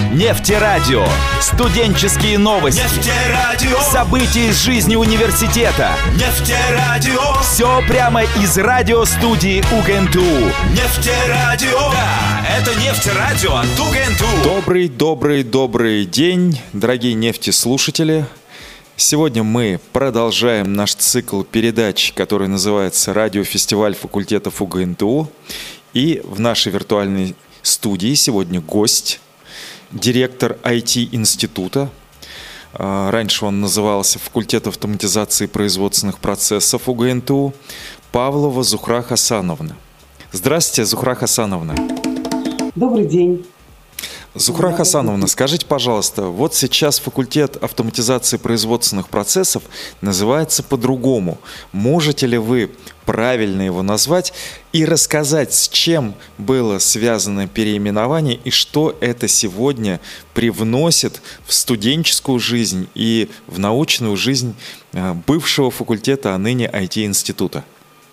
Нефтерадио. Студенческие новости. Нефтерадио. События из жизни университета. Нефтерадио. Все прямо из радиостудии УГНТУ. Нефтерадио. Да, это Нефтерадио от УГНТУ. Добрый день, дорогие нефтеслушатели. Сегодня мы продолжаем наш цикл передач, который называется «Радиофестиваль факультетов УГНТУ». И в нашей виртуальной студии сегодня гость, директор IT-института. Раньше он назывался «Факультет автоматизации производственных процессов УГНТУ», Павлова Зухра Хасановна. Здравствуйте, Зухра Хасановна. Добрый день. Зухра Хасановна, скажите, пожалуйста, вот сейчас факультет автоматизации производственных процессов называется по-другому. Можете ли вы правильно его назвать и рассказать, с чем было связано переименование и что это сегодня привносит в студенческую жизнь и в научную жизнь бывшего факультета, а ныне IT-института?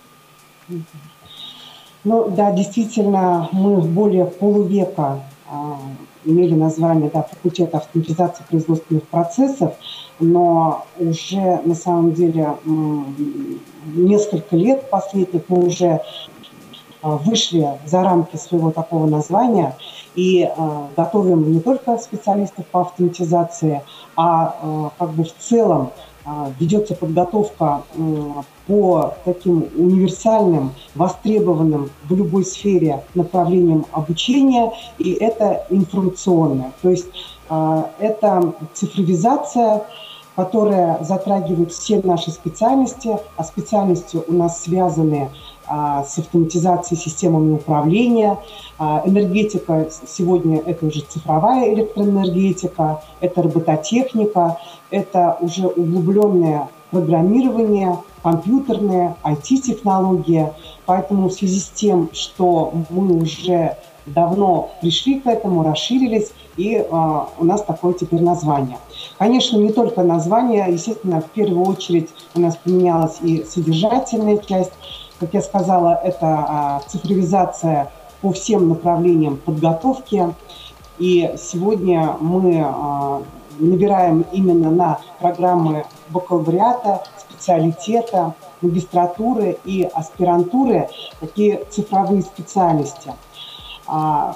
Ну да, действительно, мы более полувека имели название факультет автоматизации производственных процессов, но уже на самом деле несколько лет последних мы уже вышли за рамки своего такого названия и готовим не только специалистов по автоматизации, а в целом ведется подготовка по таким универсальным, востребованным в любой сфере направлениям обучения, и это информационное. То есть это цифровизация, которая затрагивает все наши специальности, а специальности у нас связаны с автоматизацией системами управления. Энергетика сегодня это уже цифровая электроэнергетика, это робототехника, это уже углубленное программирование, компьютерная, IT-технология. Поэтому в связи с тем, что мы уже давно пришли к этому, расширились, и у нас такое теперь название. Конечно, не только название, естественно, в первую очередь у нас поменялась и содержательная часть. Как я сказала, это цифровизация по всем направлениям подготовки. И сегодня мы набираем именно на программы бакалавриата, специалитета, магистратуры и аспирантуры такие цифровые специальности. На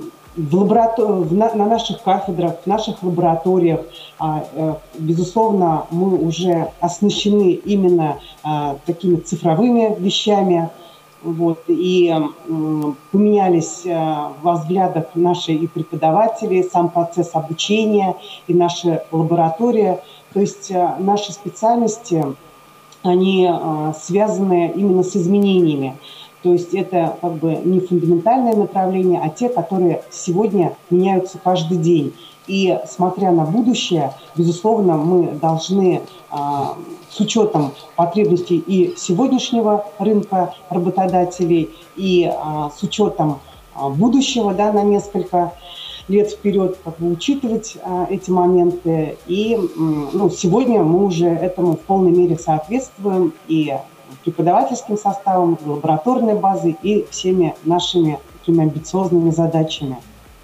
наших кафедрах, в наших лабораториях, безусловно, мы уже оснащены именно такими цифровыми вещами. И поменялись во взглядах наши и преподаватели, сам процесс обучения, и наши лаборатории. То есть наши специальности, они связаны именно с изменениями. То есть это не фундаментальное направление, а те, которые сегодня меняются каждый день. И смотря на будущее, безусловно, мы должны с учетом потребностей и сегодняшнего рынка работодателей, и с учетом будущего на несколько лет вперед учитывать эти моменты. И сегодня мы уже этому в полной мере соответствуем и преподавательским составом, и лабораторной базой, и всеми нашими такими амбициозными задачами.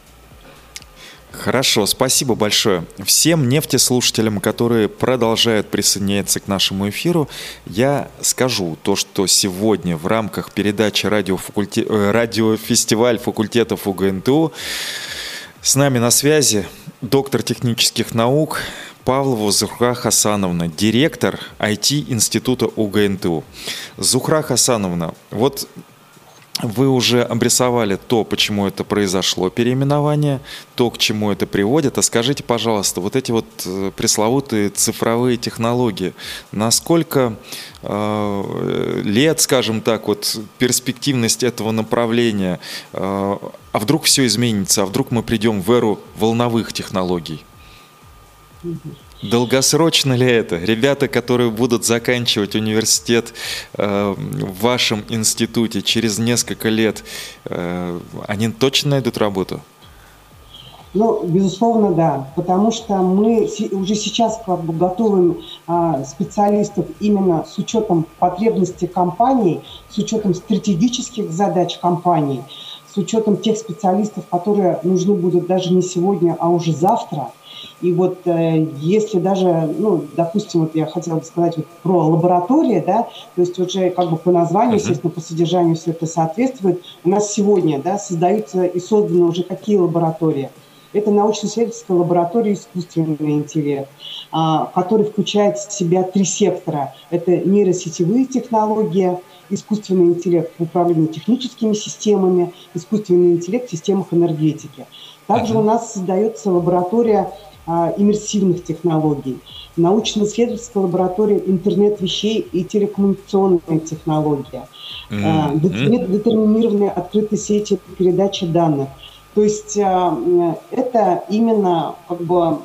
Хорошо, спасибо большое. Всем нефтеслушателям, которые продолжают присоединяться к нашему эфиру, я скажу то, что сегодня в рамках передачи «Радиофестиваль факультетов УГНТУ» с нами на связи доктор технических наук Павлова Зухра Хасановна, директор IT-института УГНТУ. Зухра Хасановна, вот вы уже обрисовали то, почему это произошло, переименование, то, к чему это приводит. А скажите, пожалуйста, вот эти пресловутые цифровые технологии, насколько лет, скажем так, перспективность этого направления, а вдруг все изменится, а вдруг мы придем в эру волновых технологий? Долгосрочно ли это? Ребята, которые будут заканчивать университет в вашем институте через несколько лет, они точно найдут работу? Безусловно, да. Потому что мы уже сейчас готовим специалистов именно с учетом потребностей компаний, с учетом стратегических задач компаний, с учетом тех специалистов, которые нужны будут даже не сегодня, а уже завтра. И вот если даже, допустим, вот я хотела бы сказать вот про лаборатории, да, то есть уже как бы по названию, естественно, по содержанию все это соответствует. У нас сегодня, да, создаются и созданы уже какие лаборатории? Это научно-исследовательская лаборатория «Искусственный интеллект», который включает в себя 3 сектора. Это нейросетевые технологии, искусственный интеллект в управлении техническими системами, искусственный интеллект в системах энергетики. Также у нас создается лаборатория иммерсивных технологий, научно-исследовательская лаборатория интернет вещей и телекоммуникационные технологии, детерминированные открытые сети передачи данных. То есть это именно, как бы,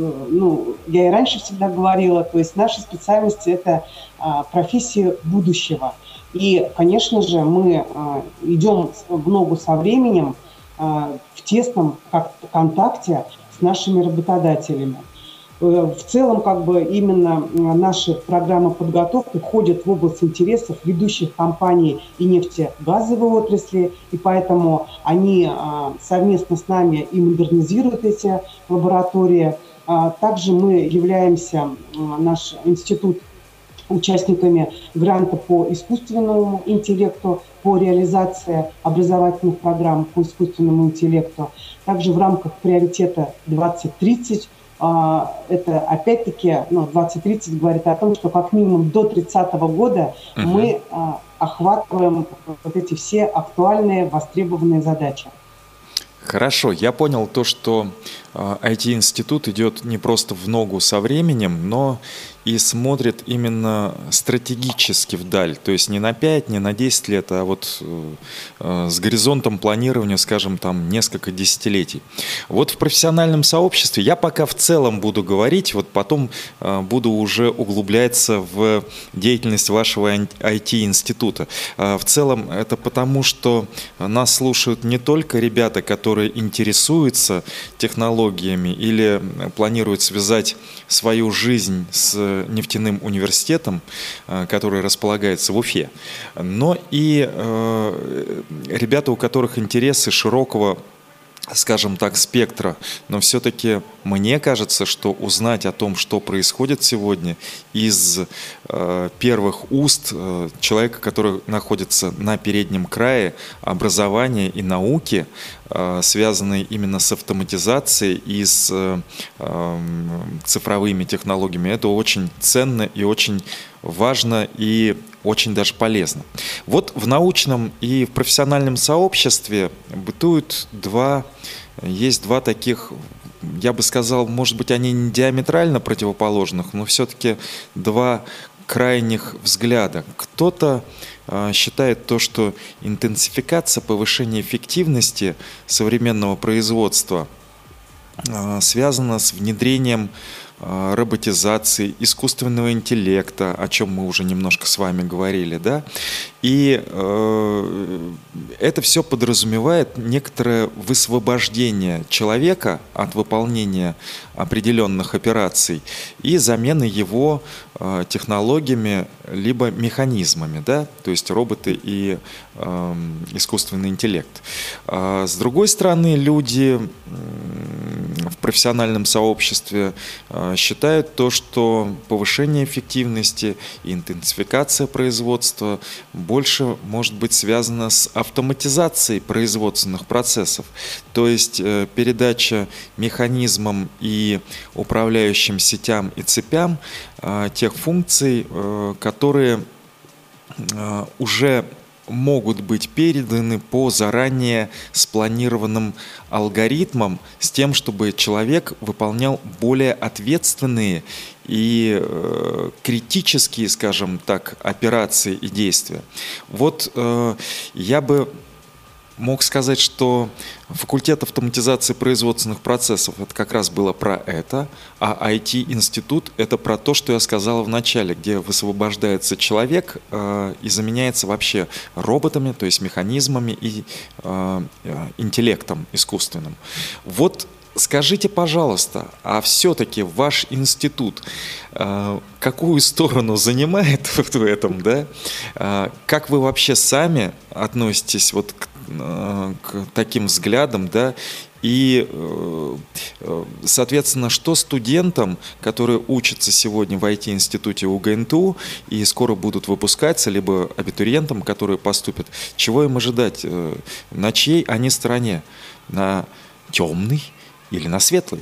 я и раньше всегда говорила, то есть наши специальности – это профессии будущего. И, конечно же, мы идем в ногу со временем в тесном контакте с нашими работодателями. В целом, как бы, именно наши программы подготовки входят в область интересов ведущих компаний и нефтегазовой отрасли, и поэтому они совместно с нами и модернизируют эти лаборатории. Также мы являемся, наш институт, участниками гранта по искусственному интеллекту, по реализации образовательных программ по искусственному интеллекту. Также в рамках приоритета 2030, это опять-таки, 2030 говорит о том, что как минимум до 30 года мы охватываем вот эти все актуальные, востребованные задачи. Хорошо, я понял то, что IT-институт идет не просто в ногу со временем, но и смотрит именно стратегически вдаль, то есть не на 5, не на 10 лет, а вот с горизонтом планирования, скажем, там несколько десятилетий. Вот в профессиональном сообществе я пока в целом буду говорить, вот потом буду уже углубляться в деятельность вашего IT-института. В целом это потому, что нас слушают не только ребята, которые интересуются технологиями или планируют связать свою жизнь с нефтяным университетом, который располагается в Уфе, но и ребята, у которых интересы широкого, скажем так, спектра. Но все-таки мне кажется, что узнать о том, что происходит сегодня из первых уст человека, который находится на переднем крае образования и науки, связанные именно с автоматизацией и с цифровыми технологиями, это очень ценно и очень важно и очень даже полезно. Вот в научном и в профессиональном сообществе есть два таких, я бы сказал, может быть, они не диаметрально противоположных, но все-таки два крайних взгляда. Кто-то считает то, что интенсификация, повышение эффективности современного производства связана с внедрением роботизации, искусственного интеллекта, о чем мы уже немножко с вами говорили, да, и это все подразумевает некоторое высвобождение человека от выполнения определенных операций и замены его технологиями либо механизмами, да, то есть роботы и искусственный интеллект. С другой стороны, люди в профессиональном сообществе считают то, что повышение эффективности и интенсификация производства больше может быть связано с автоматизацией производственных процессов, то есть передача механизмам и управляющим сетям и цепям тех функций, которые уже могут быть переданы по заранее спланированным алгоритмам с тем, чтобы человек выполнял более ответственные и критические, скажем так, операции и действия. Вот я бы мог сказать, что факультет автоматизации производственных процессов это как раз было про это, а IT-институт это про то, что я сказал в начале, где высвобождается человек и заменяется вообще роботами, то есть механизмами и интеллектом искусственным. Вот скажите, пожалуйста, а все-таки ваш институт какую сторону занимает в этом, да? Как вы вообще сами относитесь вот к таким взглядам, да, и, соответственно, что студентам, которые учатся сегодня в IT-институте УГНТУ и скоро будут выпускаться, либо абитуриентам, которые поступят, чего им ожидать? На чьей они стороне? На темной или на светлой?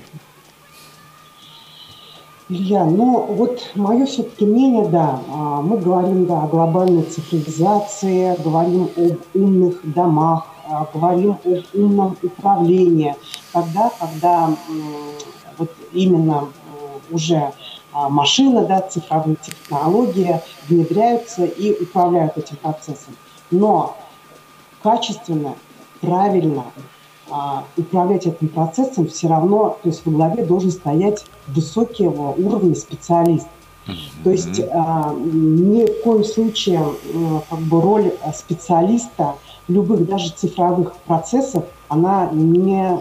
Илья, ну вот мое все-таки мнение, да, мы говорим, да, о глобальной цифровизации, говорим об умных домах, говорим об умном управлении, когда вот именно уже машины, да, цифровые технологии внедряются и управляют этим процессом. Но качественно, правильно управлять этим процессом все равно, то есть во главе должен стоять высокого уровня специалист. То есть ни в коем случае как бы роль специалиста любых даже цифровых процессов, она не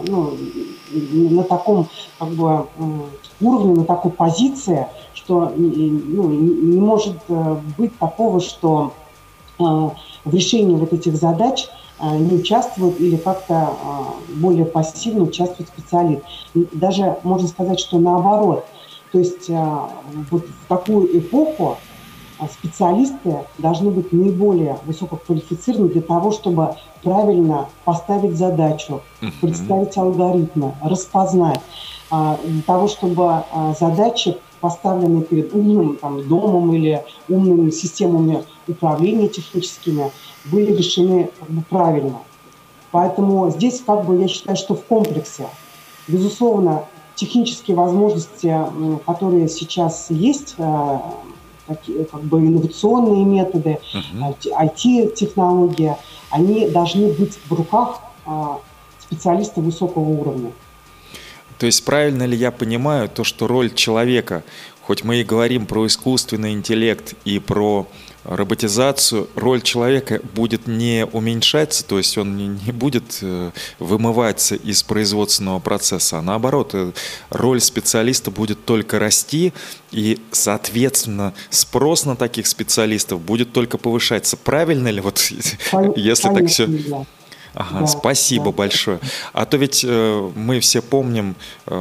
на таком как бы уровне, на такой позиции, что не может быть такого, что в решении вот этих задач не участвуют или как-то более пассивно участвует специалист. Даже можно сказать, что наоборот. То есть вот в такую эпоху специалисты должны быть наиболее высококвалифицированы для того, чтобы правильно поставить задачу, представить алгоритмы, распознать, для того, чтобы задачи, поставленные перед умным домом или умными системами управления техническими, были решены правильно. Поэтому здесь я считаю, что в комплексе, безусловно, технические возможности, которые сейчас есть, инновационные методы, IT-технологии, они должны быть в руках специалистов высокого уровня. То есть правильно ли я понимаю то, что роль человека, хоть мы и говорим про искусственный интеллект и про роботизацию, роль человека будет не уменьшаться, то есть он не будет вымываться из производственного процесса, а наоборот, роль специалиста будет только расти, и, соответственно, спрос на таких специалистов будет только повышаться. Правильно ли, если так все... Ага, да, спасибо большое. А то ведь мы все помним,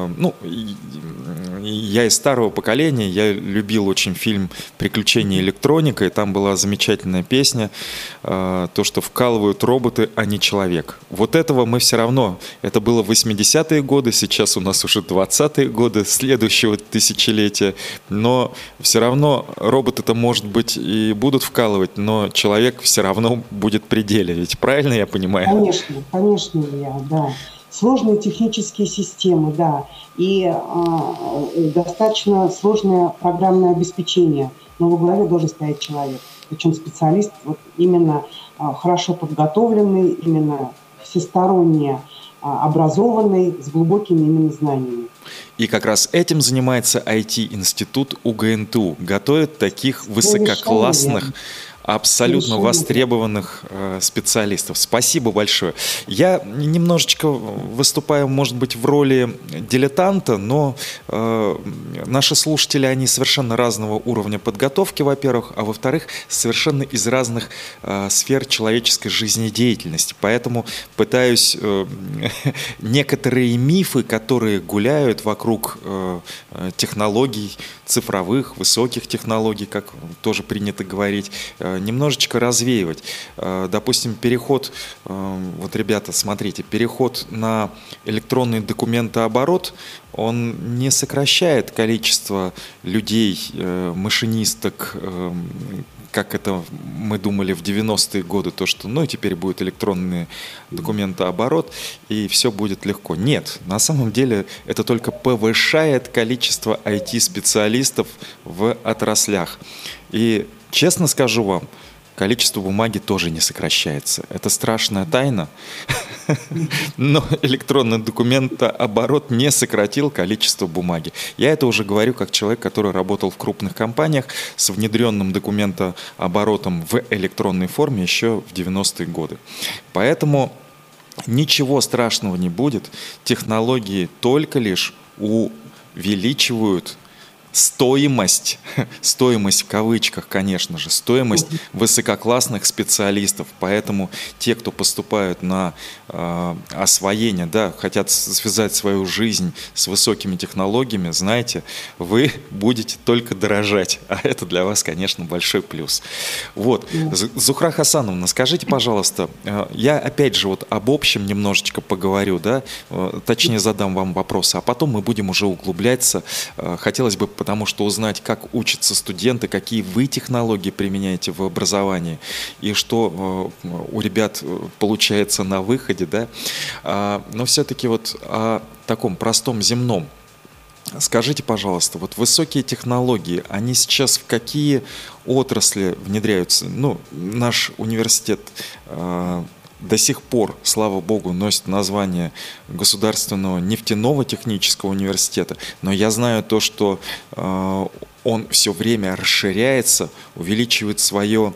я из старого поколения, я любил очень фильм «Приключения электроника», и там была замечательная песня, то, что вкалывают роботы, а не человек. Вот этого мы все равно, это было в 80-е годы, сейчас у нас уже 20-е годы следующего тысячелетия, но все равно роботы-то, может быть, и будут вкалывать, но человек все равно будет в пределе, ведь правильно я понимаю? Конечно, да. Сложные технические системы, да, и достаточно сложное программное обеспечение, но во главе должен стоять человек, причем специалист именно хорошо подготовленный, именно всесторонне образованный, с глубокими именно знаниями. И как раз этим занимается IT-институт УГНТУ, готовит таких высококлассных, абсолютно востребованных специалистов. Спасибо большое. Я немножечко выступаю, может быть, в роли дилетанта, но наши слушатели, они совершенно разного уровня подготовки, во-первых, а во-вторых, совершенно из разных сфер человеческой жизнедеятельности. Поэтому пытаюсь некоторые мифы, которые гуляют вокруг технологий цифровых, высоких технологий, как тоже принято говорить, немножечко развеивать. Допустим, переход, ребята, смотрите, переход на электронный документооборот, он не сокращает количество людей, машинисток, как это мы думали в 90-е годы, то, что теперь будет электронный документооборот, и все будет легко. Нет, на самом деле это только повышает количество IT-специалистов в отраслях. И честно скажу вам, количество бумаги тоже не сокращается. Это страшная тайна, но электронный документооборот не сократил количество бумаги. Я это уже говорю как человек, который работал в крупных компаниях с внедренным документооборотом в электронной форме еще в 90-е годы. Поэтому ничего страшного не будет. Технологии только лишь увеличивают стоимость в кавычках, конечно же, стоимость высококлассных специалистов. Поэтому те, кто поступают на освоение, да, хотят связать свою жизнь с высокими технологиями, знаете, вы будете только дорожать. А это для вас, конечно, большой плюс. Вот. Зухра Хасановна, скажите, пожалуйста, я опять же вот об общем немножечко поговорю, да, точнее задам вам вопросы, а потом мы будем уже углубляться. Хотелось бы, потому что узнать, как учатся студенты, какие вы технологии применяете в образовании и что у ребят получается на выходе, да. Но все-таки вот о таком простом земном. Скажите, пожалуйста, вот высокие технологии, они сейчас в какие отрасли внедряются? Ну, наш университет до сих пор, слава богу, носит название Государственного нефтяного технического университета, но я знаю то, что он все время расширяется, увеличивает свое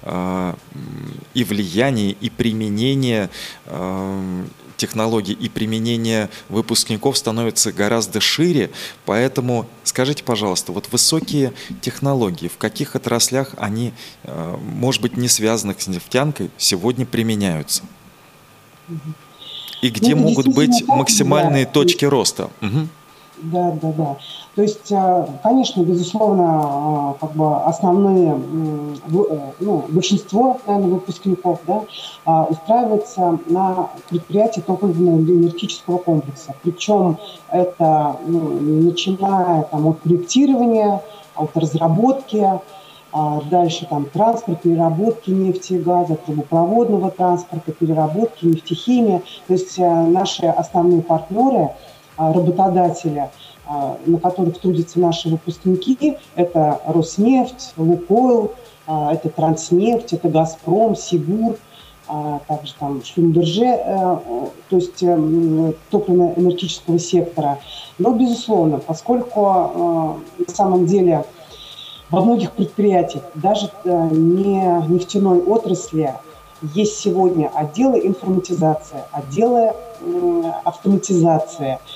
и влияние, и применение технологий, и применение выпускников становится гораздо шире. Поэтому скажите, пожалуйста, вот высокие технологии, в каких отраслях они, может быть, не связанных с нефтянкой, сегодня применяются? И где могут быть максимальные точки роста? Да. То есть, конечно, безусловно, как бы основные, большинство, наверное, выпускников, да, устраивается на предприятии топливного энергетического комплекса. Причем это, начиная там, от проектирования, от разработки, дальше там транспорт, переработки нефти и газа, трубопроводного транспорта, переработки, нефтехимия. То есть наши основные партнеры, работодатели, на которых трудятся наши выпускники, это Роснефть, Лукойл, это Транснефть, это Газпром, Сигур, также там Шлюмберже, то есть топливно-энергетического сектора. Но, безусловно, поскольку на самом деле во многих предприятиях, даже не нефтяной отрасли, есть сегодня отделы информатизации, отделы автоматизации.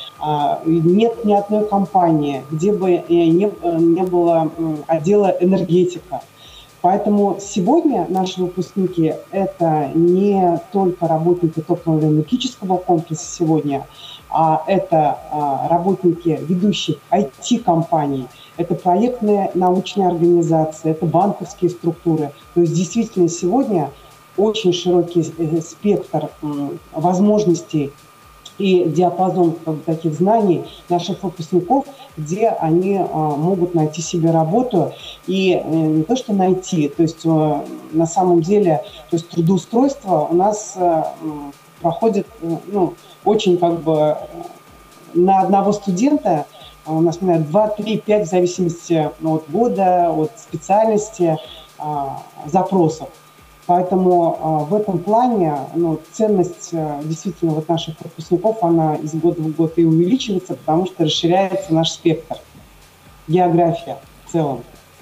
Нет ни одной компании, где бы не было отдела энергетика. Поэтому сегодня наши выпускники – это не только работники топливно-энергетического комплекса сегодня, а это работники ведущих IT-компаний, это проектные научные организации, это банковские структуры. То есть действительно сегодня очень широкий спектр возможностей и диапазон таких знаний наших выпускников, где они могут найти себе работу. И не то, что найти, то есть на самом деле, то есть трудоустройство у нас проходит очень как бы на одного студента, у нас, наверное, 2, 3, 5 в зависимости от года, от специальности, запросов. Поэтому в этом плане ценность действительно вот наших выпускников, она из года в год и увеличивается, потому что расширяется наш спектр, география в целом.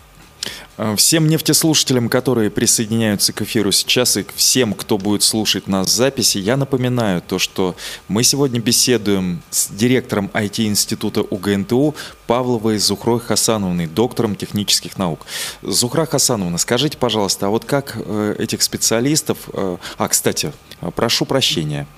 Всем нефтеслушателям, которые присоединяются к эфиру сейчас, и всем, кто будет слушать нас в записи, я напоминаю то, что мы сегодня беседуем с директором IT-института УГНТУ Павловой Зухрой Хасановной, доктором технических наук. Зухра Хасановна, скажите, пожалуйста, а вот как этих специалистов... кстати, прошу прощения.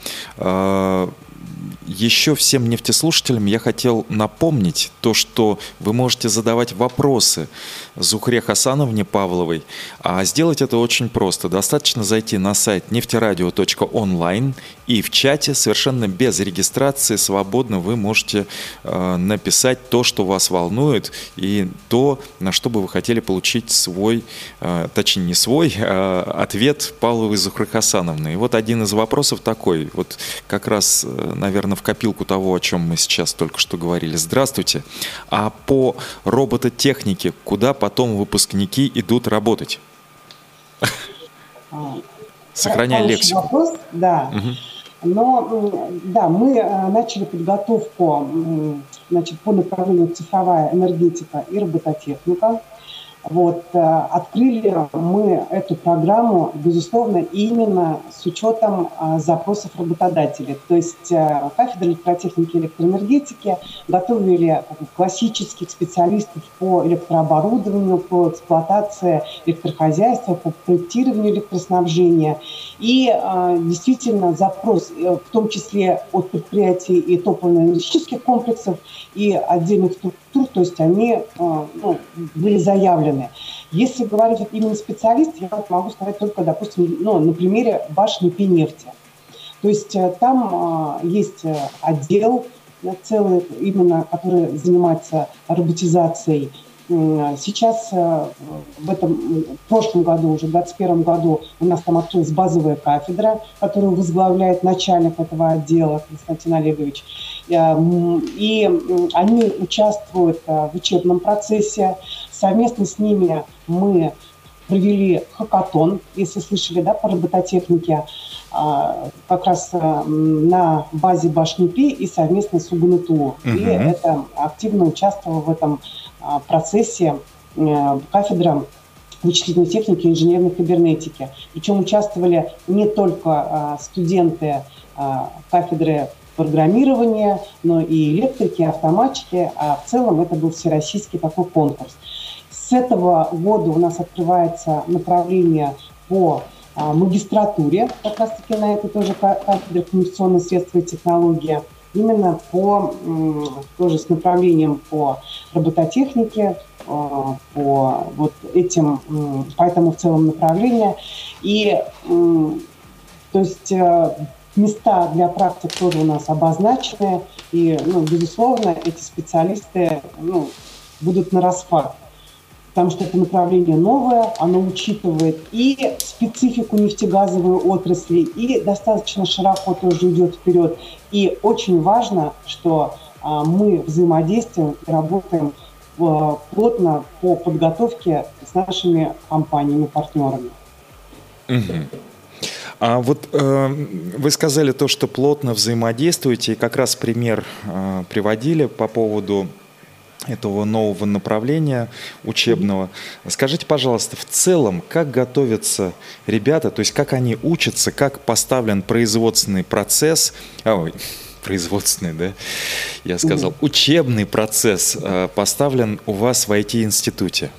Еще всем нефтеслушателям я хотел напомнить то, что вы можете задавать вопросы Зухре Хасановне Павловой, а сделать это очень просто. Достаточно зайти на сайт нефтерадио.онлайн и в чате совершенно без регистрации свободно вы можете написать то, что вас волнует, и то, на что бы вы хотели получить свой, точнее не свой, ответ Павловой Зухры Хасановны. И вот один из вопросов такой, вот как раз, наверное, в копилку того, о чем мы сейчас только что говорили. Здравствуйте. А по робототехнике куда потом выпускники идут работать? Сохраняя лексику. Вопрос, да. Но, да, мы начали подготовку, значит, по направлению цифровая энергетика и робототехника. Вот, открыли мы эту программу, безусловно, именно с учетом запросов работодателей. То есть кафедра электротехники и электроэнергетики готовили классических специалистов по электрооборудованию, по эксплуатации электрохозяйства, по проектированию электроснабжения. И действительно запрос, в том числе от предприятий и топливно-энергетических комплексов, и отдельных структур, то есть они были заявлены. Если говорить именно специалист, я могу сказать только, допустим, на примере башни Пинефти. То есть там есть отдел целый, именно который занимается роботизацией. Сейчас в прошлом году, уже в 2021 году, у нас там открылась базовая кафедра, которую возглавляет начальник этого отдела Константин Олегович. И они участвуют в учебном процессе. Совместно с ними мы провели хакатон, если слышали, да, по робототехнике, как раз на базе башни Пи и совместно с УГНТУ. И это активно участвовала в этом процессе кафедра вычислительной техники и инженерной кибернетики. Причем участвовали не только студенты кафедры программирования, но и электрики, автоматчики, а в целом это был всероссийский такой конкурс. С этого года у нас открывается направление по магистратуре, как раз таки на этой тоже кафедре коммуникационные средства и технологии, именно тоже с направлением по робототехнике, по вот этим, по этому в целом направлению. И то есть места для практик тоже у нас обозначены, и, безусловно, эти специалисты будут на расхват, потому что это направление новое, оно учитывает и специфику нефтегазовой отрасли, и достаточно широко тоже идет вперед. И очень важно, что мы взаимодействуем и работаем плотно по подготовке с нашими компаниями, партнерами. А вот вы сказали то, что плотно взаимодействуете, и как раз пример приводили по поводу этого нового направления учебного. Скажите, пожалуйста, в целом, как готовятся ребята, то есть как они учатся, как поставлен производственный процесс, производственный, да, я сказал, учебный процесс поставлен у вас в IT-институте?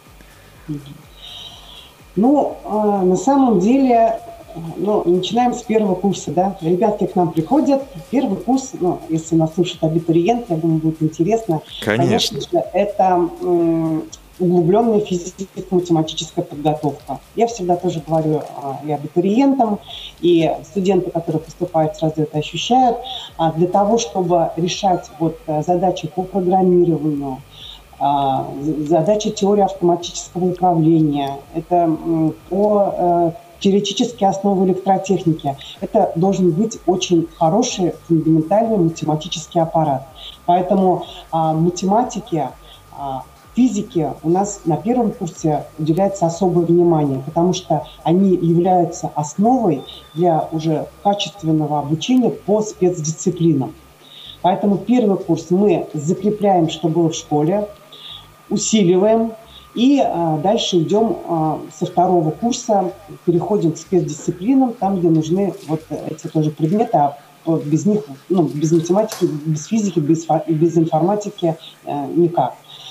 На самом деле, начинаем с первого курса, да. Ребятки к нам приходят. Первый курс, если нас слушает абитуриент, я думаю, будет интересно. Конечно же, это углубленная физико-математическая подготовка. Я всегда тоже говорю и абитуриентам, и студенты, которые поступают, сразу это ощущают. Для того, чтобы решать задачи по программированию, задачи теории автоматического управления, это по теоретические основы электротехники. Это должен быть очень хороший фундаментальный математический аппарат. Поэтому математике, физике у нас на первом курсе уделяется особое внимание, потому что они являются основой для уже качественного обучения по спецдисциплинам. Поэтому первый курс мы закрепляем, что было в школе, усиливаем, и дальше идем со второго курса, переходим к спецдисциплинам, там, где нужны эти тоже предметы, а без них, без математики, без физики, без информатики никак.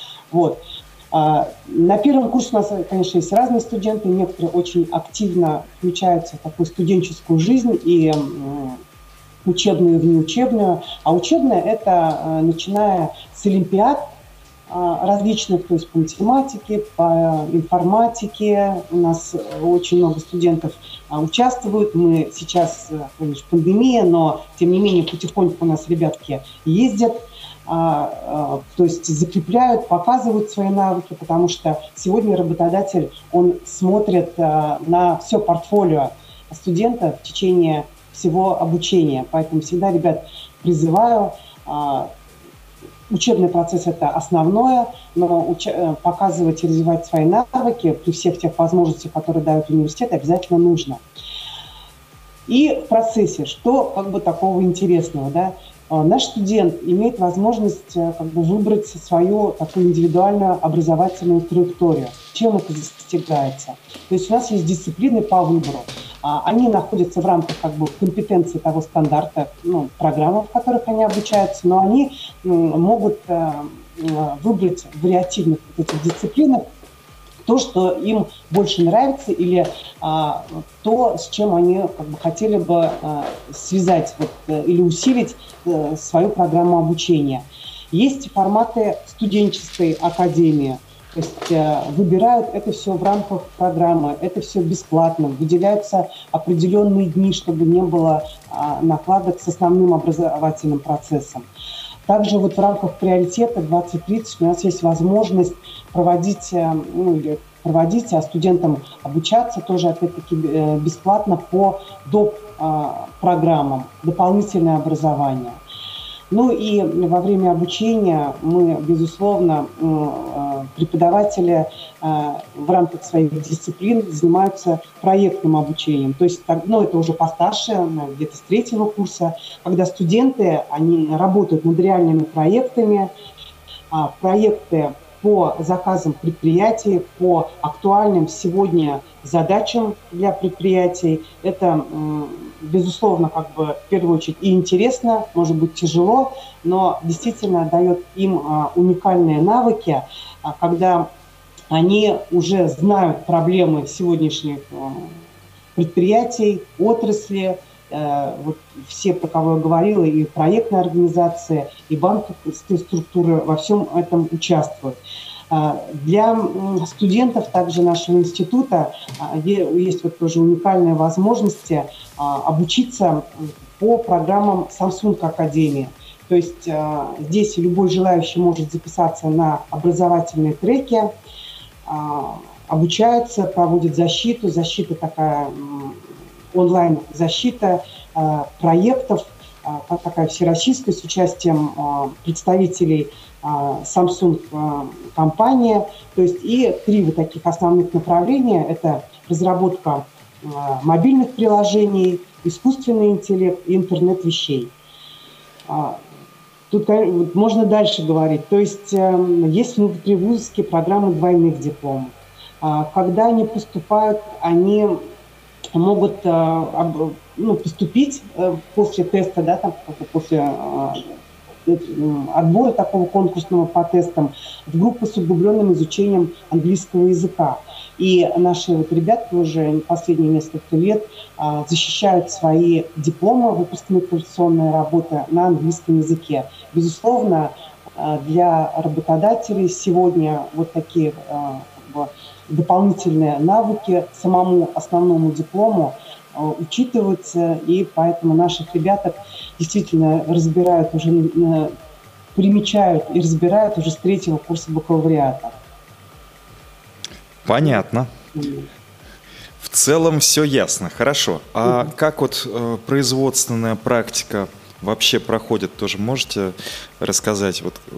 На первом курсе у нас, конечно, есть разные студенты, некоторые очень активно включаются в такую студенческую жизнь, и учебную, и внеучебную. А учебная – это начиная с олимпиад различных, то есть по математике, по информатике. У нас очень много студентов участвуют. Мы сейчас, конечно, пандемия, но тем не менее потихоньку у нас ребятки ездят, то есть закрепляют, показывают свои навыки, потому что сегодня работодатель, он смотрит на все портфолио студента в течение всего обучения. Поэтому всегда, ребят, призываю. Учебный процесс – это основное, но показывать и развивать свои навыки при всех тех возможностях, которые дает университет, обязательно нужно. И в процессе, что такого интересного, да? наш студент имеет возможность как бы выбрать свою такую индивидуальную образовательную траекторию. Чем это достигается? То есть у нас есть дисциплины по выбору. Они находятся в рамках как бы компетенции того стандарта, программы, в которых они обучаются, но они могут выбрать в вариативных этих дисциплинах то, что им больше нравится, или то, с чем они как бы хотели бы связать или усилить свою программу обучения. Есть форматы студенческой академии. То есть выбирают это все в рамках программы, это все бесплатно, выделяются определенные дни, чтобы не было накладок с основным образовательным процессом. Также в рамках приоритета 2030 у нас есть возможность проводить, а студентам обучаться тоже, опять-таки, бесплатно по доп. Программам, дополнительное образование. И во время обучения мы, безусловно, преподаватели в рамках своих дисциплин занимаются проектным обучением. То есть, это уже постарше, где-то с 3-го курса, когда студенты, они работают над реальными проектами, проекты по заказам предприятий, по актуальным сегодня задачам для предприятий. Это, безусловно, в первую очередь и интересно, может быть тяжело, но действительно дает им уникальные навыки, когда они уже знают проблемы сегодняшних предприятий, отрасли, все, про кого я говорила, и проектные организации, и банковские структуры во всем этом участвуют. Для студентов также нашего института есть тоже уникальные возможности обучиться по программам Samsung Академии. То есть здесь любой желающий может записаться на образовательные треки, обучается, проводит защиту. Защита такая онлайн-защита проектов, такая всероссийская, с участием представителей Samsung компании. То есть и 3 таких основных направления – это разработка мобильных приложений, искусственный интеллект и интернет вещей. Тут можно дальше говорить. То есть есть внутривузовские программы двойных дипломов. Когда они поступают, они могут поступить после теста, после отбора такого конкурсного по тестам в группу с углубленным изучением английского языка. И наши ребята уже последние несколько лет защищают свои дипломы, выпускные квалификационные работы на английском языке. Безусловно, для работодателей сегодня такие дополнительные навыки самому основному диплому учитываются, и поэтому наших ребят действительно примечают и разбирают уже с 3-го курса бакалавриата. Понятно. В целом все ясно, хорошо. А как производственная практика вообще проходит, тоже можете рассказать?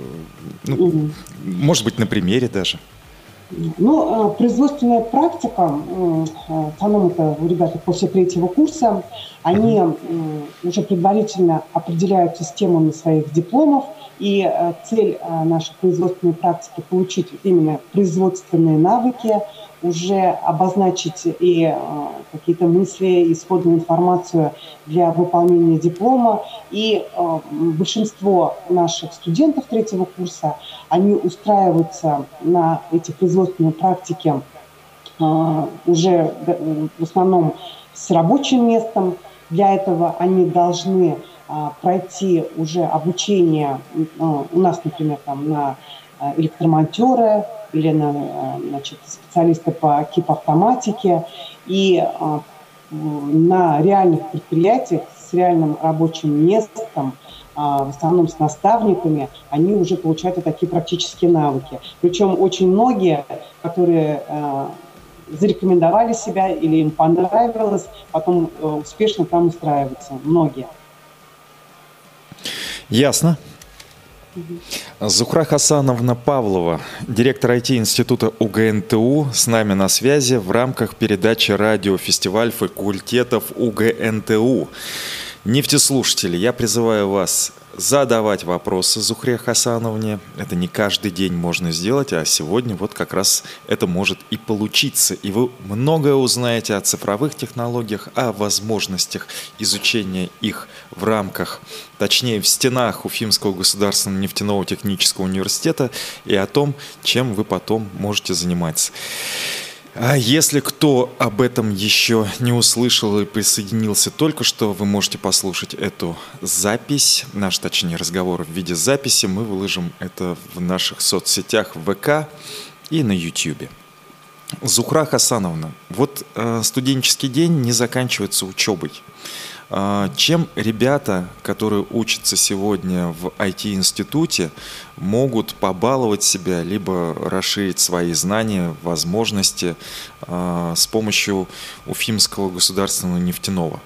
Может быть, на примере даже? Производственная практика, в основном это ребята после 3-го курса, они уже предварительно определяются с темами своих дипломов, и цель нашей производственной практики – получить именно производственные навыки, уже обозначить и какие-то мысли, исходную информацию для выполнения диплома. И большинство наших студентов 3-го курса, они устраиваются на эти производственные практики уже в основном с рабочим местом. Для этого они должны пройти уже обучение у нас, например, на электромонтера или на специалиста по кип-автоматике. И на реальных предприятиях с реальным рабочим местом, в основном с наставниками, они уже получают такие практические навыки. Причем очень многие, которые зарекомендовали себя или им понравилось, потом успешно там устраиваются. Многие. Ясно. Зухра Хасановна Павлова, директор IT-института УГНТУ, с нами на связи в рамках передачи «Радиофестиваль факультетов УГНТУ». Нефтеслушатели, я призываю вас задавать вопросы Зухре Хасановне. Это не каждый день можно сделать, а сегодня вот как раз это может и получиться. И вы многое узнаете о цифровых технологиях, о возможностях изучения их в рамках, точнее в стенах Уфимского государственного нефтяного технического университета и о том, чем вы потом можете заниматься. А если кто об этом еще не услышал и присоединился только что, вы можете послушать эту запись, точнее разговор в виде записи. Мы выложим это в наших соцсетях в ВК и на YouTube. Зухра Хасановна, вот студенческий день не заканчивается учебой. Чем ребята, которые учатся сегодня в IT-институте, могут побаловать себя, либо расширить свои знания, возможности с помощью Уфимского государственного нефтяного?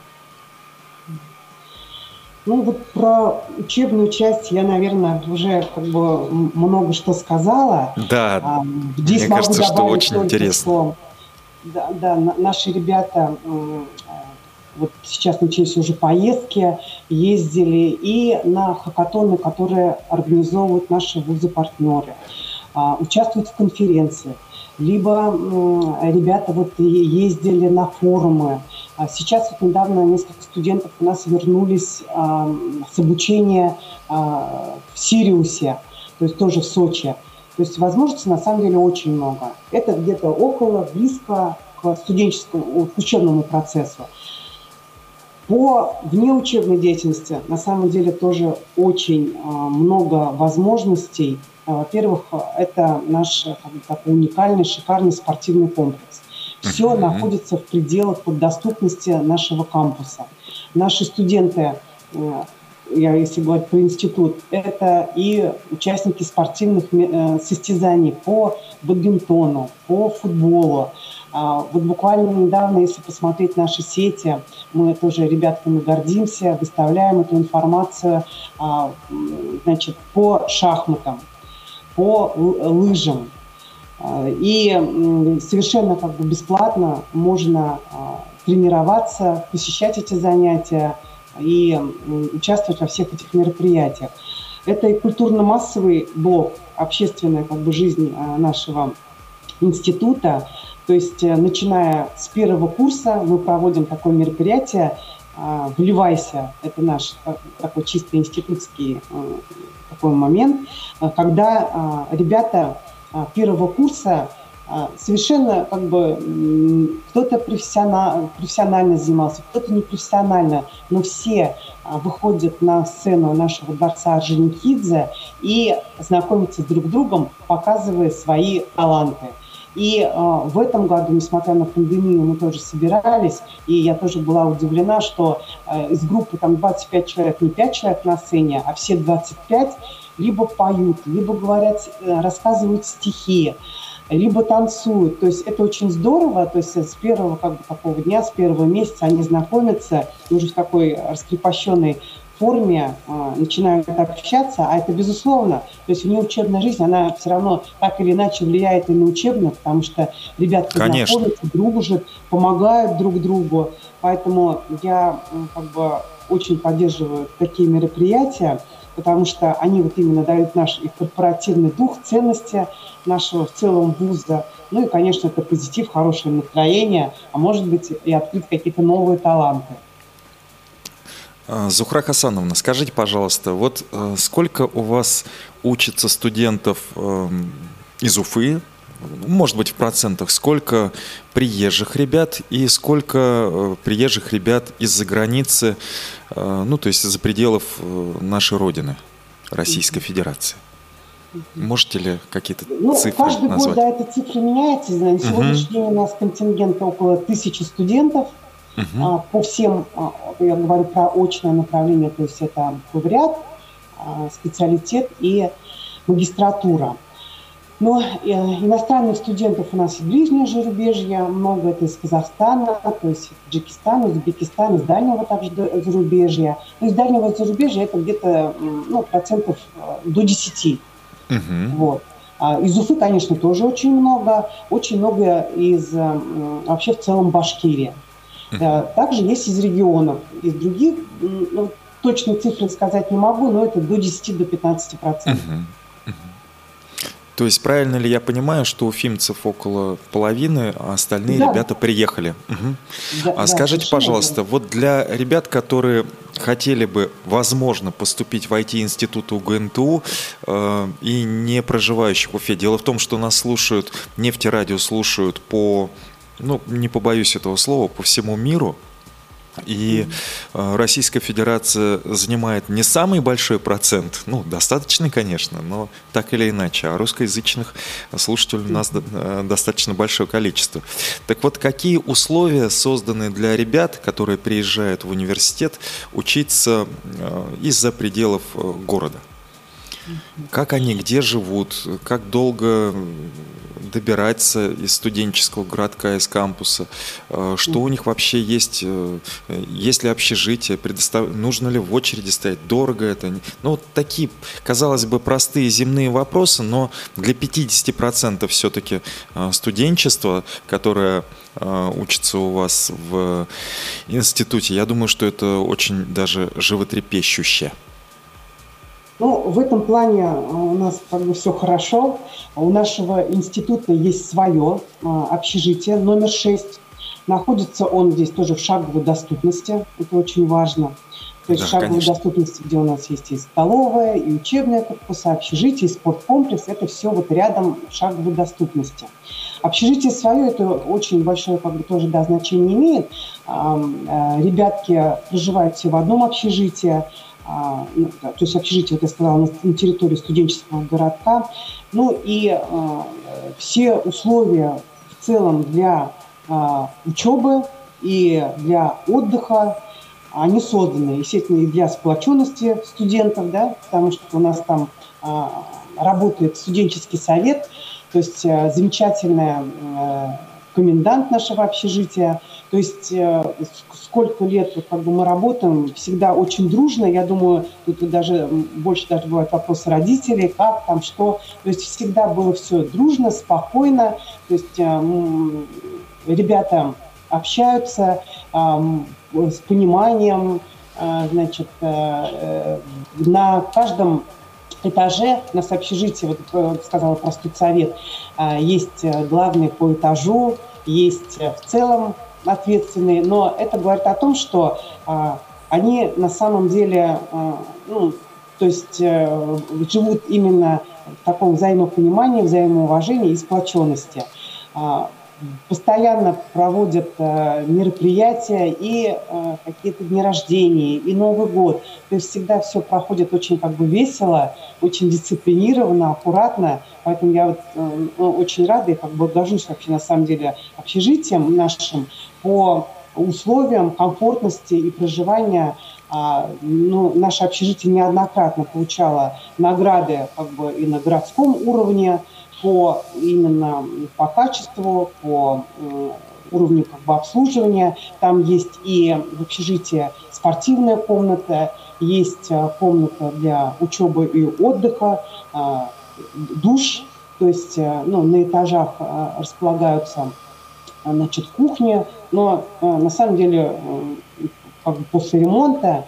Ну вот про учебную часть я, наверное, уже много что сказала. Да, здесь мне кажется, что очень интересно. Что, наши ребята... Вот сейчас начались уже поездки, ездили и на хакатоны, которые организовывают наши вузы-партнеры, участвуют в конференциях, либо ребята ездили на форумы. Сейчас недавно несколько студентов у нас вернулись с обучения в Сириусе, то есть тоже в Сочи. То есть возможностей на самом деле очень много. Это где-то близко к студенческому, к учебному процессу. По внеучебной деятельности на самом деле тоже очень много возможностей. Во-первых, это наш такой уникальный, шикарный спортивный комплекс. Все находится в пределах доступности нашего кампуса. Наши студенты, если говорить про институт, это и участники спортивных состязаний по бадминтону, по футболу. Вот буквально недавно, если посмотреть наши сети, мы тоже ребятками гордимся, выставляем эту информацию по шахматам, по лыжам. И совершенно бесплатно можно тренироваться, посещать эти занятия и участвовать во всех этих мероприятиях. Это и культурно-массовый блок, общественная жизнь нашего института. То есть, начиная с первого курса, мы проводим такое мероприятие «Вливайся». Это наш такой чисто институтский такой момент, когда ребята первого курса совершенно кто-то профессионально занимался, кто-то непрофессионально, но все выходят на сцену нашего дворца Орджоникидзе и знакомятся друг с другом, показывая свои таланты. И в этом году, несмотря на пандемию, мы тоже собирались, и я тоже была удивлена, что из группы 25 человек, не 5 человек на сцене, а все 25 либо поют, либо говорят, рассказывают стихи, либо танцуют. То есть это очень здорово, то есть с первого такого дня, с первого месяца они знакомятся, уже в такой раскрепощенной форме начинают общаться, а это безусловно, то есть внеучебная жизнь, она все равно так или иначе влияет и на учебную, потому что ребята знакомятся, дружат, помогают друг другу, поэтому я очень поддерживаю такие мероприятия, потому что они именно дают наш корпоративный дух, ценности нашего в целом вуза, ну и, конечно, это позитив, хорошее настроение, а может быть и открыть какие-то новые таланты. Зухра Хасановна, скажите, пожалуйста, вот сколько у вас учатся студентов из Уфы, может быть, в процентах, сколько приезжих ребят и сколько приезжих ребят из-за границы, то есть из-за пределов нашей Родины, Российской Федерации? Можете ли какие-то цифры каждый назвать? Каждый год, эта цифра меняется. На сегодняшний день у нас контингент около 1000 студентов. По всем, я говорю про очное направление, то есть это бакалавриат, специалитет и магистратура. Но иностранных студентов у нас и ближнее зарубежье, много это из Казахстана, то есть Таджикистан, Узбекистан, из дальнего также зарубежья. Но из дальнего зарубежья это где-то процентов до 10. Вот. Из Уфы, конечно, тоже очень много из вообще в целом Башкирии. Также есть из регионов, из других, точной цифры сказать не могу, но это до 10-15%. То есть правильно ли я понимаю, что уфимцев около половины, а остальные ребята приехали? А скажите, пожалуйста, вот для ребят, которые хотели бы, возможно, поступить в IT-институт УГНТУ и не проживающих в Уфе, дело в том, что нас слушают, нефтерадио слушают по, не побоюсь этого слова, по всему миру. И Российская Федерация занимает не самый большой процент, достаточный, конечно, но так или иначе, а русскоязычных слушателей у нас достаточно большое количество. Так вот, какие условия созданы для ребят, которые приезжают в университет учиться из-за пределов города? Как они, где живут, как долго добираться из студенческого городка, из кампуса, что у них вообще есть ли общежитие, нужно ли в очереди стоять, дорого это. Вот такие, казалось бы, простые земные вопросы, но для 50% все-таки студенчества, которое учится у вас в институте, я думаю, что это очень даже животрепещуще. В этом плане у нас все хорошо. У нашего института есть свое общежитие, номер 6. Находится он здесь тоже в шаговой доступности. Это очень важно. То есть шаговой доступности, где у нас есть и столовая, и учебные корпусы, общежитие, и спорткомплекс. Это все вот рядом в шаговой доступности. Общежитие свое, это очень большое тоже значение имеет. Ребятки проживают все в одном общежитии. То есть общежитие, вот я сказала, на территории студенческого городка. И все условия в целом для учебы и для отдыха, они созданы, естественно, и для сплоченности студентов, потому что у нас там работает студенческий совет, то есть замечательная комендант нашего общежития. То есть сколько лет мы работаем, всегда очень дружно. Я думаю, тут больше бывают вопросы родителей, как там, что. То есть всегда было все дружно, спокойно. То есть ребята общаются с пониманием. На каждом этаже, у нас общежитие, вот сказала про студсовет, есть главный по этажу, есть в целом ответственные, но это говорит о том, что они на самом деле живут именно в таком взаимопонимании, взаимоуважении и сплоченности. Постоянно проводят мероприятия и какие-то дни рождения, и Новый год. То есть всегда все проходит очень весело, очень дисциплинированно, аккуратно. Поэтому я очень рада и горжусь вообще на самом деле общежитием нашим по условиям комфортности и проживания. Наше общежитие неоднократно получало награды и на городском уровне, именно по качеству, по уровню обслуживания. Там есть и в общежитии спортивная комната, есть комната для учебы и отдыха, душ, то есть на этажах располагаются кухни, но на самом деле после ремонта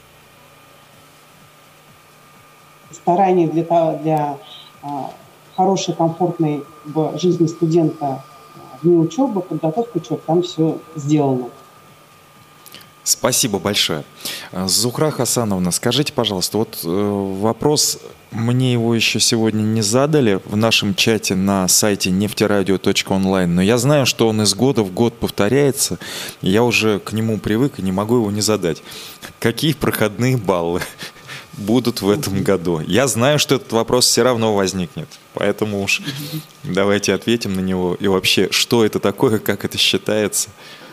старания для хорошей, комфортной жизни студента вне учебы, подготовка учебы, там все сделано. Спасибо большое. Зухра Хасановна, скажите, пожалуйста, вопрос, мне его еще сегодня не задали в нашем чате на сайте нефтерадио.онлайн, но я знаю, что он из года в год повторяется, и я уже к нему привык и не могу его не задать. Какие проходные баллы будут в этом году? Я знаю, что этот вопрос все равно возникнет, поэтому уж давайте ответим на него. И вообще, что это такое, как это считается?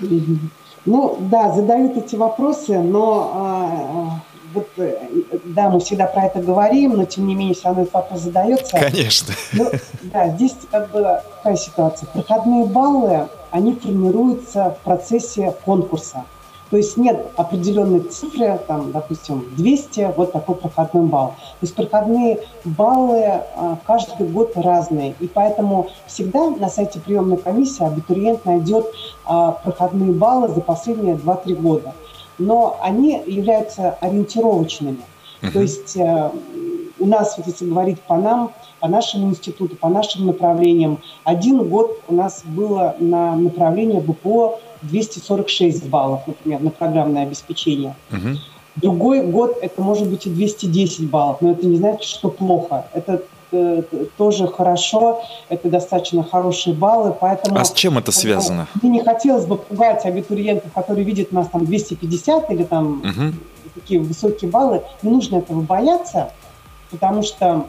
Задают эти вопросы, но мы всегда про это говорим, но тем не менее все равно этот вопрос задается. Конечно. Здесь какая ситуация? Проходные баллы, они формируются в процессе конкурса. То есть нет определенной цифры, допустим, 200, вот такой проходной балл. То есть проходные баллы каждый год разные. И поэтому всегда на сайте приемной комиссии абитуриент найдет проходные баллы за последние 2-3 года. но они являются ориентировочными. То есть у нас, вот если говорить по нам, по нашему институту, по нашим направлениям, 1 год у нас было на направление БПО 246 баллов, например, на программное обеспечение. Другой год это может быть и 210 баллов, но это не значит, что плохо. Это тоже хорошо, это достаточно хорошие баллы, поэтому... А с чем это связано? Мне не хотелось бы пугать абитуриентов, которые видят у нас там 250 или там такие высокие баллы. Не нужно этого бояться, потому что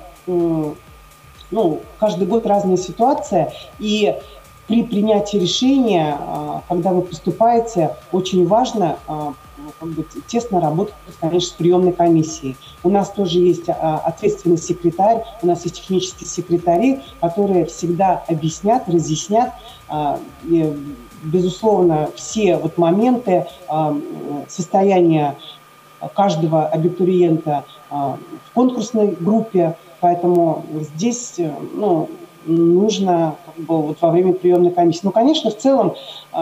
каждый год разная ситуация, и при принятии решения, когда вы поступаете, очень важно тесно работать, конечно, с приемной комиссией. У нас тоже есть ответственный секретарь, у нас есть технические секретари, которые всегда объяснят, разъяснят, безусловно, все моменты состояния каждого абитуриента в конкурсной группе, поэтому здесь нужно во время приемной комиссии. Конечно, в целом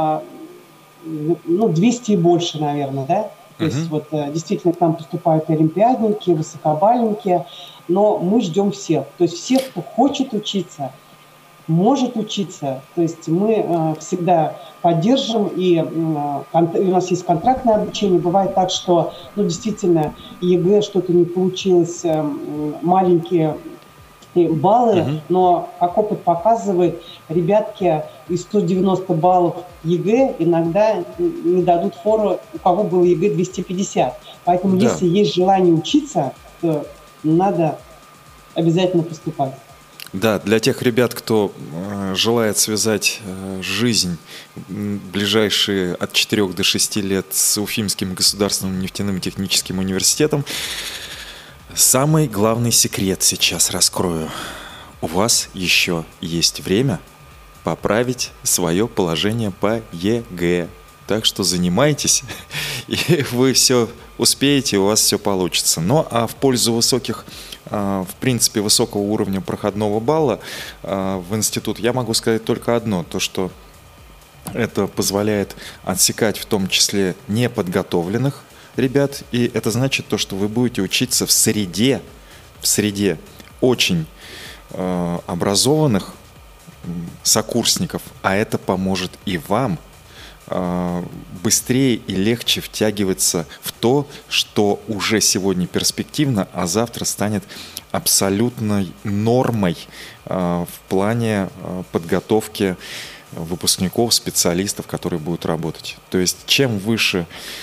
200 и больше, наверное, да? То есть действительно к нам поступают и олимпиадники, и высокобальники, но мы ждем всех. То есть всех, кто хочет учиться, может учиться. То есть мы всегда поддержим, и у нас есть контрактное обучение. Бывает так, что действительно ЕГЭ что-то не получилось, маленькие баллы, но, как опыт показывает, ребятки из 190 баллов ЕГЭ иногда не дадут фору, у кого было ЕГЭ 250. Поэтому, если есть желание учиться, то надо обязательно поступать. Да, для тех ребят, кто желает связать жизнь ближайшие от 4 до 6 лет с Уфимским государственным нефтяным техническим университетом, самый главный секрет сейчас раскрою. У вас еще есть время поправить свое положение по ЕГЭ. Так что занимайтесь, и вы все успеете, у вас все получится. Ну а в пользу в принципе, высокого уровня проходного балла в институт я могу сказать только одно, то что это позволяет отсекать в том числе неподготовленных ребят, и это значит то, что вы будете учиться в среде очень образованных сокурсников, а это поможет и вам быстрее и легче втягиваться в то, что уже сегодня перспективно, а завтра станет абсолютной нормой в плане подготовки выпускников, специалистов, которые будут работать. То есть чем выше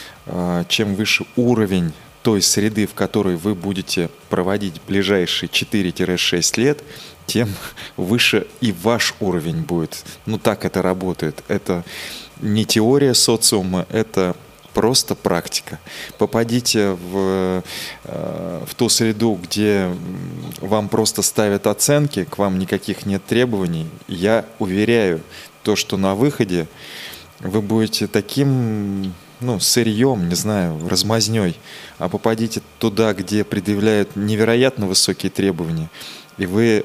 уровень той среды, в которой вы будете проводить ближайшие 4-6 лет, тем выше и ваш уровень будет. Так это работает. Это не теория социума, это просто практика. Попадите в ту среду, где вам просто ставят оценки, к вам никаких нет требований. Я уверяю, то, что на выходе вы будете таким сырьем, не знаю, размазнёй, а попадите туда, где предъявляют невероятно высокие требования, и вы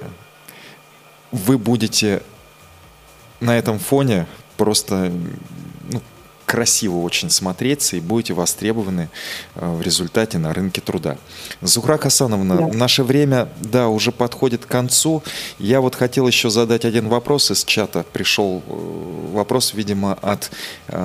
будете на этом фоне просто красиво очень смотреться и будете востребованы в результате на рынке труда. Зухра Хасановна, наше время, уже подходит к концу. Я хотел еще задать один вопрос из чата. Пришел вопрос, видимо, от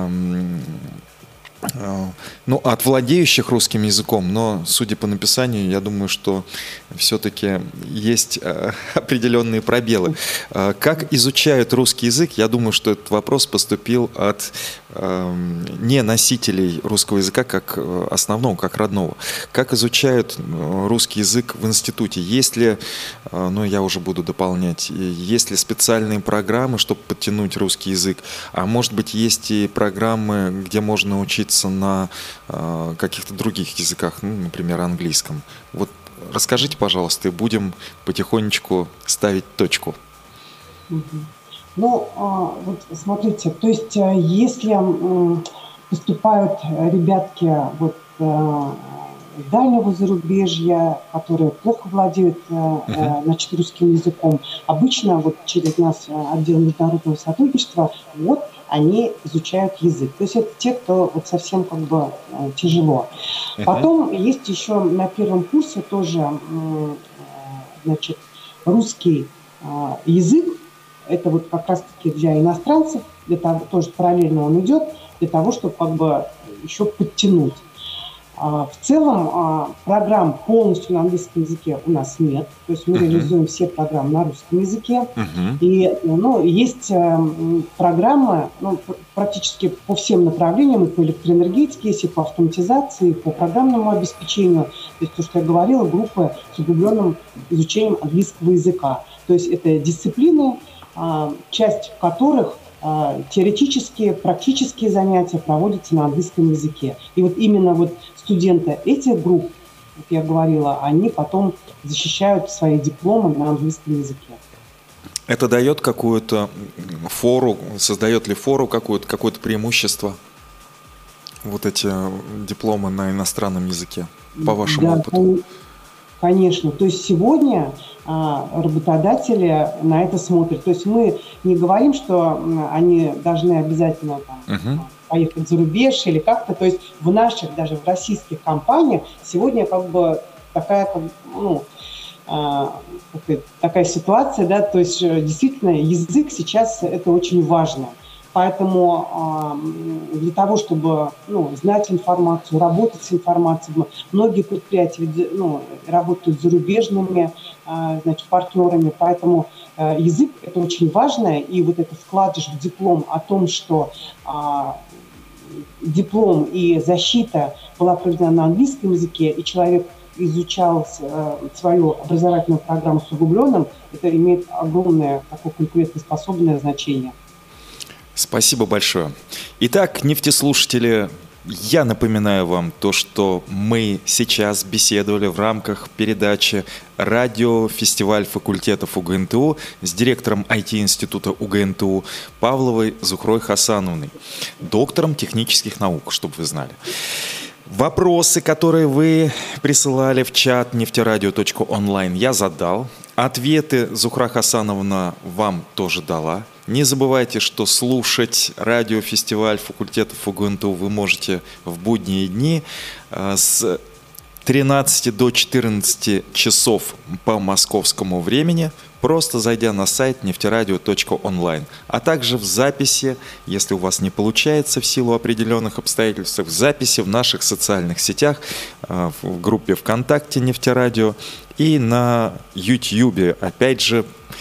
владеющих русским языком, но, судя по написанию, я думаю, что все-таки есть определенные пробелы. Как изучают русский язык? Я думаю, что этот вопрос поступил от не носителей русского языка как основного, как родного. Как изучают русский язык в институте? Есть ли, я уже буду дополнять, есть ли специальные программы, чтобы подтянуть русский язык? А может быть, есть и программы, где можно учиться на каких-то других языках, например, английском? Расскажите, пожалуйста, и будем потихонечку ставить точку. Смотрите, то есть если поступают ребятки из дальнего зарубежья, которые плохо владеют русским языком, обычно через нас отдел международного сотрудничества они изучают язык. То есть это те, кто вот совсем как бы тяжело. Потом есть еще на первом курсе тоже, значит, русский язык. Это вот как раз-таки для иностранцев, для того, тоже параллельно он идет, для того, чтобы как бы еще подтянуть. В целом программ полностью на английском языке у нас нет. То есть мы реализуем все программы на русском языке. И есть программы практически по всем направлениям, и по электроэнергетике, и по автоматизации, и по программному обеспечению. То есть то, что я говорила, группы с углубленным изучением английского языка. То есть это дисциплины, часть которых теоретические, практические занятия проводятся на английском языке. И вот именно вот студенты этих групп, как я говорила, они потом защищают свои дипломы на английском языке. Это дает какую-то фору, создает ли фору какое-то преимущество, вот эти дипломы на иностранном языке, по вашему опыту? Конечно. То есть сегодня работодатели на это смотрят. То есть мы не говорим, что они должны обязательно поехать за рубеж или как-то. То есть в наших, даже в российских компаниях сегодня как бы такая, такая ситуация, да, то есть действительно язык сейчас это очень важно. Поэтому для того, чтобы знать информацию, работать с информацией, многие предприятия работают с зарубежными партнерами, поэтому язык – это очень важно, и вот это вкладыш в диплом о том, что диплом и защита была проведена на английском языке, и человек изучал свою образовательную программу с углубленным, это имеет огромное такое конкурентоспособное значение. Спасибо большое. Итак, нефтеслушатели, я напоминаю вам то, что мы сейчас беседовали в рамках передачи «Радиофестиваль факультетов УГНТУ» с директором IT-института УГНТУ Павловой Зухрой Хасановной, доктором технических наук, чтобы вы знали. Вопросы, которые вы присылали в чат нефтерадио.онлайн, я задал. Ответы Зухра Хасановна вам тоже дала. Не забывайте, что слушать радиофестиваль факультетов УГНТУ вы можете в будние дни с 13 до 14 часов по московскому времени, просто зайдя на сайт нефтерадио.онлайн, а также в записи, если у вас не получается в силу определенных обстоятельств, в записи в наших социальных сетях, в группе ВКонтакте «Нефтерадио» и на YouTube, опять же,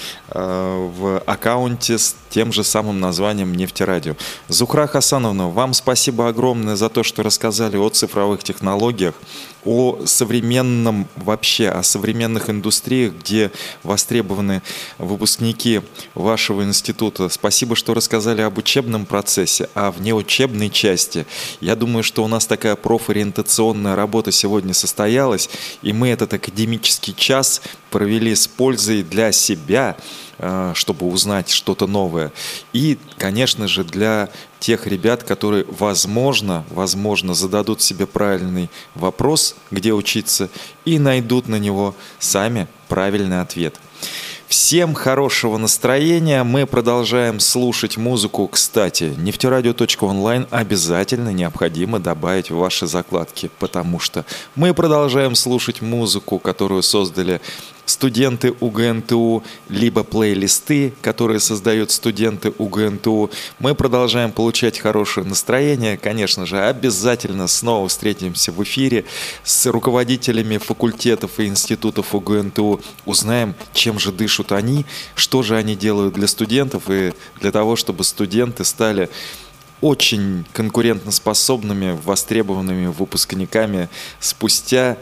в аккаунте с тем же самым названием «Нефтерадио». Зухра Хасановна, вам спасибо огромное за то, что рассказали о цифровых технологиях, о современном вообще, о современных индустриях, где востребованы выпускники вашего института. Спасибо, что рассказали об учебном процессе, о внеучебной части. Я думаю, что у нас такая профориентационная работа сегодня состоялась, и мы этот академический час провели с пользой для себя, чтобы узнать что-то новое. И, конечно же, для тех ребят, которые, возможно, зададут себе правильный вопрос, где учиться, и найдут на него сами правильный ответ. Всем хорошего настроения. Мы продолжаем слушать музыку. Кстати, нефтерадио.онлайн обязательно необходимо добавить в ваши закладки, потому что мы продолжаем слушать музыку, которую создали студенты УГНТУ, либо плейлисты, которые создают студенты УГНТУ. Мы продолжаем получать хорошее настроение. Конечно же, обязательно снова встретимся в эфире с руководителями факультетов и институтов УГНТУ. Узнаем, чем же дышат они, что же они делают для студентов, и для того, чтобы студенты стали очень конкурентоспособными, востребованными выпускниками спустя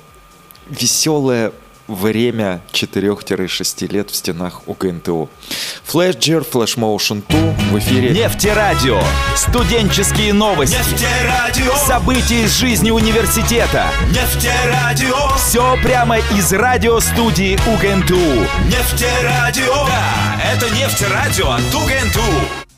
веселое время 4-6 лет в стенах УГНТУ. Флэшджер, Флэшмоушен 2 в эфире. Нефтерадио. Студенческие новости. Нефтерадио. События из жизни университета. Нефтерадио. Все прямо из радиостудии УГНТУ. Нефтерадио. Да, это Нефтерадио от УГНТУ.